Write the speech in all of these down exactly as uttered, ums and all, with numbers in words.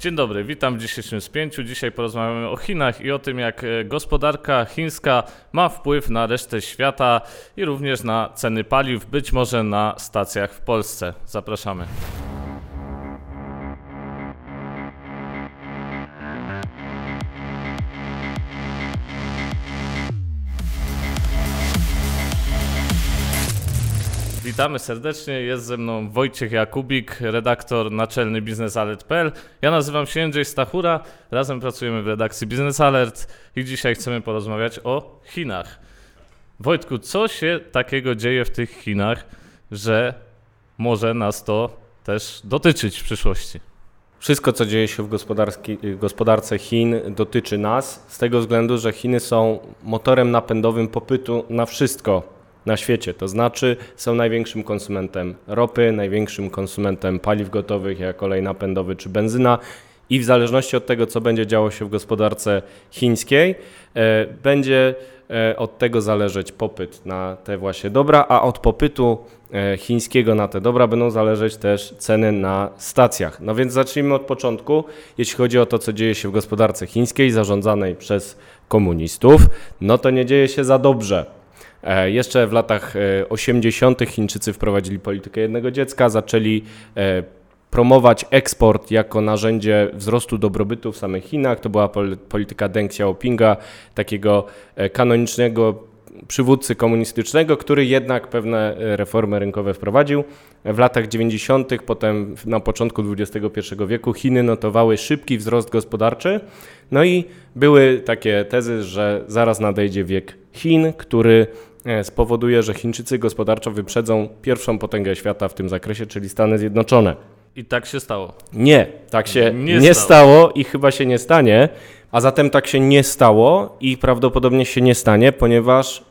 Dzień dobry, witam w dzisiejszym spięciu. Dzisiaj porozmawiamy o Chinach i o tym, jak gospodarka chińska ma wpływ na resztę świata i również na ceny paliw, być może na stacjach w Polsce. Zapraszamy. Witamy serdecznie, jest ze mną Wojciech Jakubik, redaktor naczelny Biznes Alert kropka p l. Ja nazywam się Jędrzej Stachura, razem pracujemy w redakcji Biznes Alert i dzisiaj chcemy porozmawiać o Chinach. Wojtku, co się takiego dzieje w tych Chinach, że może nas to też dotyczyć w przyszłości? Wszystko, co dzieje się w gospodarce Chin, dotyczy nas z tego względu, że Chiny są motorem napędowym popytu na wszystko na świecie, to znaczy są największym konsumentem ropy, największym konsumentem paliw gotowych, jak olej napędowy czy benzyna i w zależności od tego, co będzie działo się w gospodarce chińskiej, e, będzie e, od tego zależeć popyt na te właśnie dobra, a od popytu e, chińskiego na te dobra będą zależeć też ceny na stacjach. No więc zacznijmy od początku, jeśli chodzi o to, co dzieje się w gospodarce chińskiej zarządzanej przez komunistów, no to nie dzieje się za dobrze. Jeszcze w latach osiemdziesiątych Chińczycy wprowadzili politykę jednego dziecka, zaczęli promować eksport jako narzędzie wzrostu dobrobytu w samych Chinach. To była polityka Deng Xiaopinga, takiego kanonicznego przywódcy komunistycznego, który jednak pewne reformy rynkowe wprowadził. W latach dziewięćdziesiątych, potem na początku dwudziestego pierwszego wieku Chiny notowały szybki wzrost gospodarczy. No i były takie tezy, że zaraz nadejdzie wiek Chin, który spowoduje, że Chińczycy gospodarczo wyprzedzą pierwszą potęgę świata w tym zakresie, czyli Stany Zjednoczone. I tak się stało. Nie, tak się nie, nie stało. stało i chyba się nie stanie, a zatem tak się nie stało i prawdopodobnie się nie stanie, ponieważ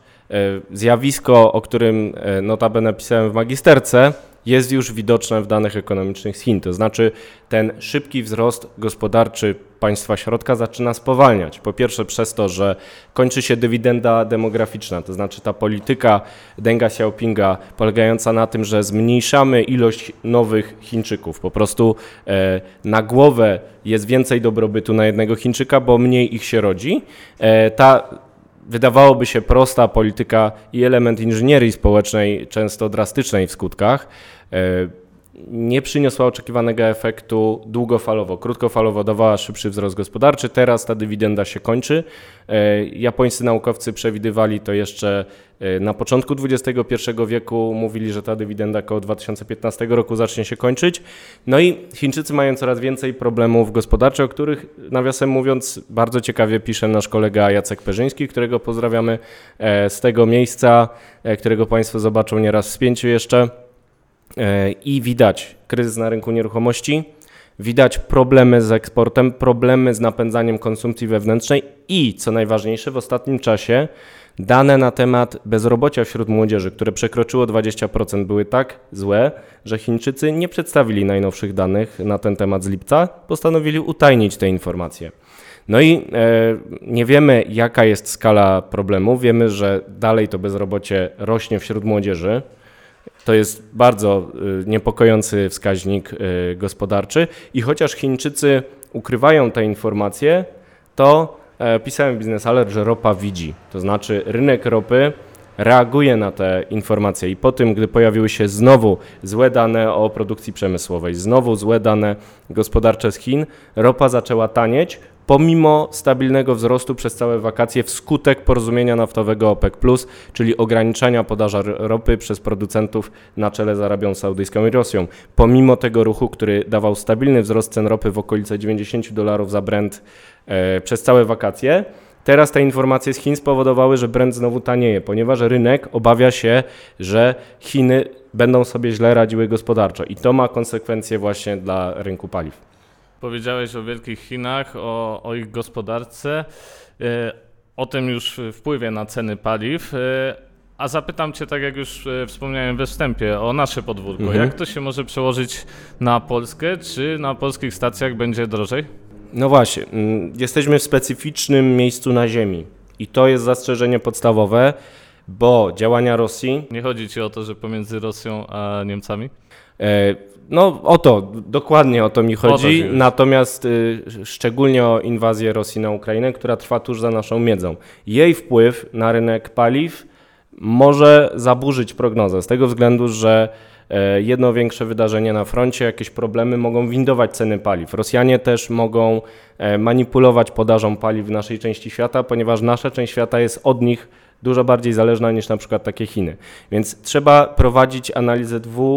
zjawisko, o którym notabene pisałem w magisterce, jest już widoczne w danych ekonomicznych z Chin. To znaczy ten szybki wzrost gospodarczy państwa środka zaczyna spowalniać. Po pierwsze przez to, że kończy się dywidenda demograficzna, to znaczy ta polityka Denga Xiaopinga polegająca na tym, że zmniejszamy ilość nowych Chińczyków. Po prostu e, na głowę jest więcej dobrobytu na jednego Chińczyka, bo mniej ich się rodzi. E, ta Wydawałoby się prosta polityka i element inżynierii społecznej, często drastycznej w skutkach, nie przyniosła oczekiwanego efektu długofalowo. Krótkofalowo dawała szybszy wzrost gospodarczy, teraz ta dywidenda się kończy. Japońscy naukowcy przewidywali to jeszcze na początku dwudziestego pierwszego wieku, mówili, że ta dywidenda około dwa tysiące piętnastego roku zacznie się kończyć. No i Chińczycy mają coraz więcej problemów gospodarczych, o których nawiasem mówiąc bardzo ciekawie pisze nasz kolega Jacek Perzyński, którego pozdrawiamy z tego miejsca, którego Państwo zobaczą nieraz w spięciu jeszcze. I widać kryzys na rynku nieruchomości, widać problemy z eksportem, problemy z napędzaniem konsumpcji wewnętrznej i, co najważniejsze, w ostatnim czasie dane na temat bezrobocia wśród młodzieży, które przekroczyło dwadzieścia procent, były tak złe, że Chińczycy nie przedstawili najnowszych danych na ten temat z lipca, postanowili utajnić te informacje. No i e, nie wiemy, jaka jest skala problemu, wiemy, że dalej to bezrobocie rośnie wśród młodzieży. To jest bardzo niepokojący wskaźnik gospodarczy i chociaż Chińczycy ukrywają te informacje, to pisałem w Biznes Alert, że ropa widzi. To znaczy rynek ropy reaguje na te informacje i po tym, gdy pojawiły się znowu złe dane o produkcji przemysłowej, znowu złe dane gospodarcze z Chin, ropa zaczęła tanieć, pomimo stabilnego wzrostu przez całe wakacje wskutek porozumienia naftowego OPEC plus, czyli ograniczania podaży ropy przez producentów na czele z Arabią Saudyjską i Rosją. Pomimo tego ruchu, który dawał stabilny wzrost cen ropy w okolice dziewięćdziesiąt dolarów za Brent e, przez całe wakacje, teraz te informacje z Chin spowodowały, że Brent znowu tanieje, ponieważ rynek obawia się, że Chiny będą sobie źle radziły gospodarczo i to ma konsekwencje właśnie dla rynku paliw. Powiedziałeś o wielkich Chinach, o, o ich gospodarce, yy, o tym już wpływie na ceny paliw, yy, a zapytam Cię, tak jak już yy, wspomniałem we wstępie, o nasze podwórko. Mhm. Jak to się może przełożyć na Polskę? Czy na polskich stacjach będzie drożej? No właśnie, jesteśmy w specyficznym miejscu na ziemi i to jest zastrzeżenie podstawowe, bo działania Rosji... Nie chodzi Ci o to, że pomiędzy Rosją a Niemcami? No o to, dokładnie o to mi chodzi, chodzi. Natomiast y, szczególnie o inwazję Rosji na Ukrainę, która trwa tuż za naszą miedzą. Jej wpływ na rynek paliw może zaburzyć prognozę z tego względu, że e, jedno większe wydarzenie na froncie, jakieś problemy mogą windować ceny paliw. Rosjanie też mogą e, manipulować podażą paliw w naszej części świata, ponieważ nasza część świata jest od nich dużo bardziej zależna niż na przykład takie Chiny. Więc trzeba prowadzić analizę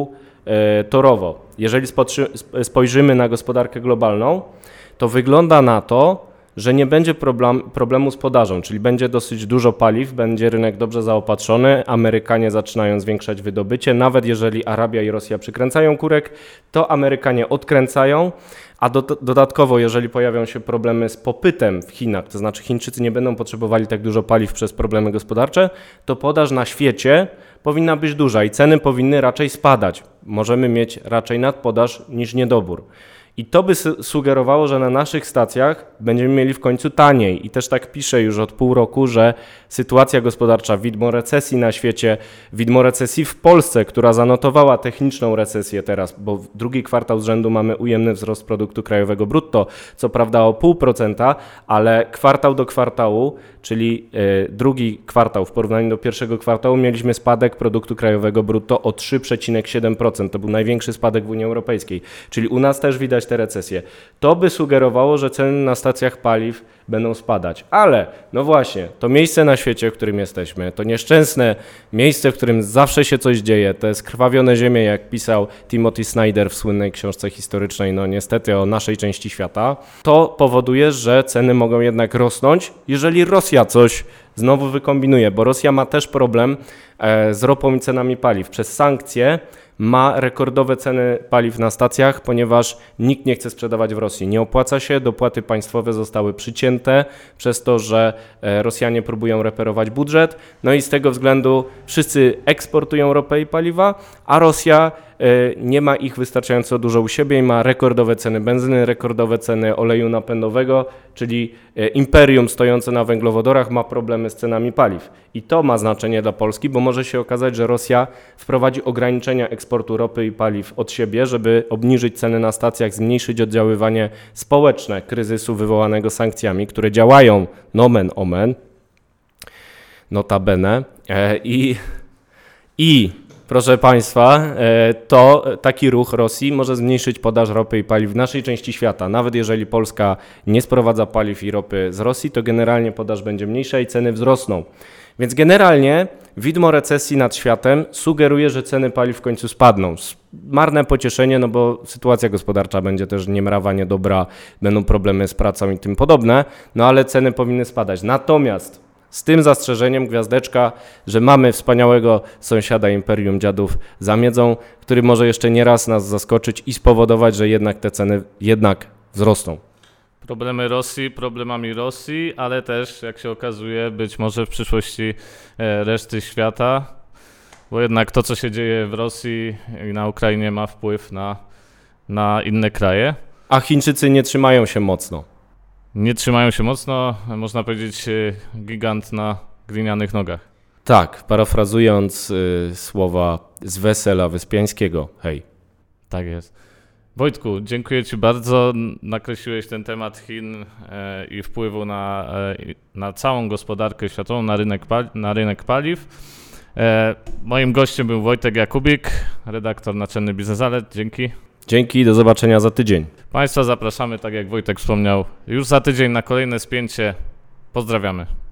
dwutorowo. Jeżeli spojrzymy na gospodarkę globalną, to wygląda na to, że nie będzie problem, problemu z podażą, czyli będzie dosyć dużo paliw, będzie rynek dobrze zaopatrzony, Amerykanie zaczynają zwiększać wydobycie, nawet jeżeli Arabia i Rosja przykręcają kurek, to Amerykanie odkręcają, a do, dodatkowo jeżeli pojawią się problemy z popytem w Chinach, to znaczy Chińczycy nie będą potrzebowali tak dużo paliw przez problemy gospodarcze, to podaż na świecie powinna być duża i ceny powinny raczej spadać. Możemy mieć raczej nadpodaż niż niedobór. I to by sugerowało, że na naszych stacjach będziemy mieli w końcu taniej. I też tak piszę już od pół roku, że sytuacja gospodarcza, widmo recesji na świecie, widmo recesji w Polsce, która zanotowała techniczną recesję teraz, bo w drugi kwartał z rzędu mamy ujemny wzrost produktu krajowego brutto, co prawda o pół procenta, ale kwartał do kwartału, czyli y, drugi kwartał w porównaniu do pierwszego kwartału mieliśmy spadek produktu krajowego brutto o trzy przecinek siedem procent. To był największy spadek w Unii Europejskiej, czyli u nas też widać te recesje. To by sugerowało, że ceny na stacjach paliw będą spadać. Ale, no właśnie, to miejsce na świecie, w którym jesteśmy, to nieszczęsne miejsce, w którym zawsze się coś dzieje, te skrwawione ziemie, jak pisał Timothy Snyder w słynnej książce historycznej, no niestety o naszej części świata, to powoduje, że ceny mogą jednak rosnąć, jeżeli Rosja coś znowu wykombinuje, bo Rosja ma też problem e, z ropą i cenami paliw. Przez sankcje ma rekordowe ceny paliw na stacjach, ponieważ nikt nie chce sprzedawać w Rosji. Nie opłaca się, dopłaty państwowe zostały przycięte przez to, że Rosjanie próbują reperować budżet. No i z tego względu wszyscy eksportują ropę i paliwa, a Rosja nie ma ich wystarczająco dużo u siebie i ma rekordowe ceny benzyny, rekordowe ceny oleju napędowego, czyli imperium stojące na węglowodorach ma problemy z cenami paliw. I to ma znaczenie dla Polski, bo może się okazać, że Rosja wprowadzi ograniczenia eksportu ropy i paliw od siebie, żeby obniżyć ceny na stacjach, zmniejszyć oddziaływanie społeczne kryzysu wywołanego sankcjami, które działają nomen omen, notabene i i proszę Państwa, to taki ruch Rosji może zmniejszyć podaż ropy i paliw w naszej części świata. Nawet jeżeli Polska nie sprowadza paliw i ropy z Rosji, to generalnie podaż będzie mniejsza i ceny wzrosną. Więc generalnie widmo recesji nad światem sugeruje, że ceny paliw w końcu spadną. Marne pocieszenie, no bo sytuacja gospodarcza będzie też niemrawa, niedobra, będą problemy z pracą i tym podobne, no ale ceny powinny spadać. Natomiast z tym zastrzeżeniem, gwiazdeczka, że mamy wspaniałego sąsiada Imperium Dziadów za miedzą, który może jeszcze nie raz nas zaskoczyć i spowodować, że jednak te ceny jednak wzrosną. Problemy Rosji, problemami Rosji, ale też, jak się okazuje, być może w przyszłości reszty świata, bo jednak to, co się dzieje w Rosji i na Ukrainie, ma wpływ na, na inne kraje. A Chińczycy nie trzymają się mocno. Nie trzymają się mocno, można powiedzieć, gigant na glinianych nogach. Tak, parafrazując y, słowa z Wesela Wyspiańskiego. Hej. Tak jest. Wojtku, dziękuję Ci bardzo. Nakreśliłeś ten temat Chin e, i wpływu na, e, na całą gospodarkę światową, na rynek, pali- na rynek paliw. E, moim gościem był Wojtek Jakubik, redaktor naczelny Biznes Alert. Dzięki. Dzięki, do zobaczenia za tydzień. Państwa zapraszamy, tak jak Wojtek wspomniał, już za tydzień na kolejne spięcie. Pozdrawiamy.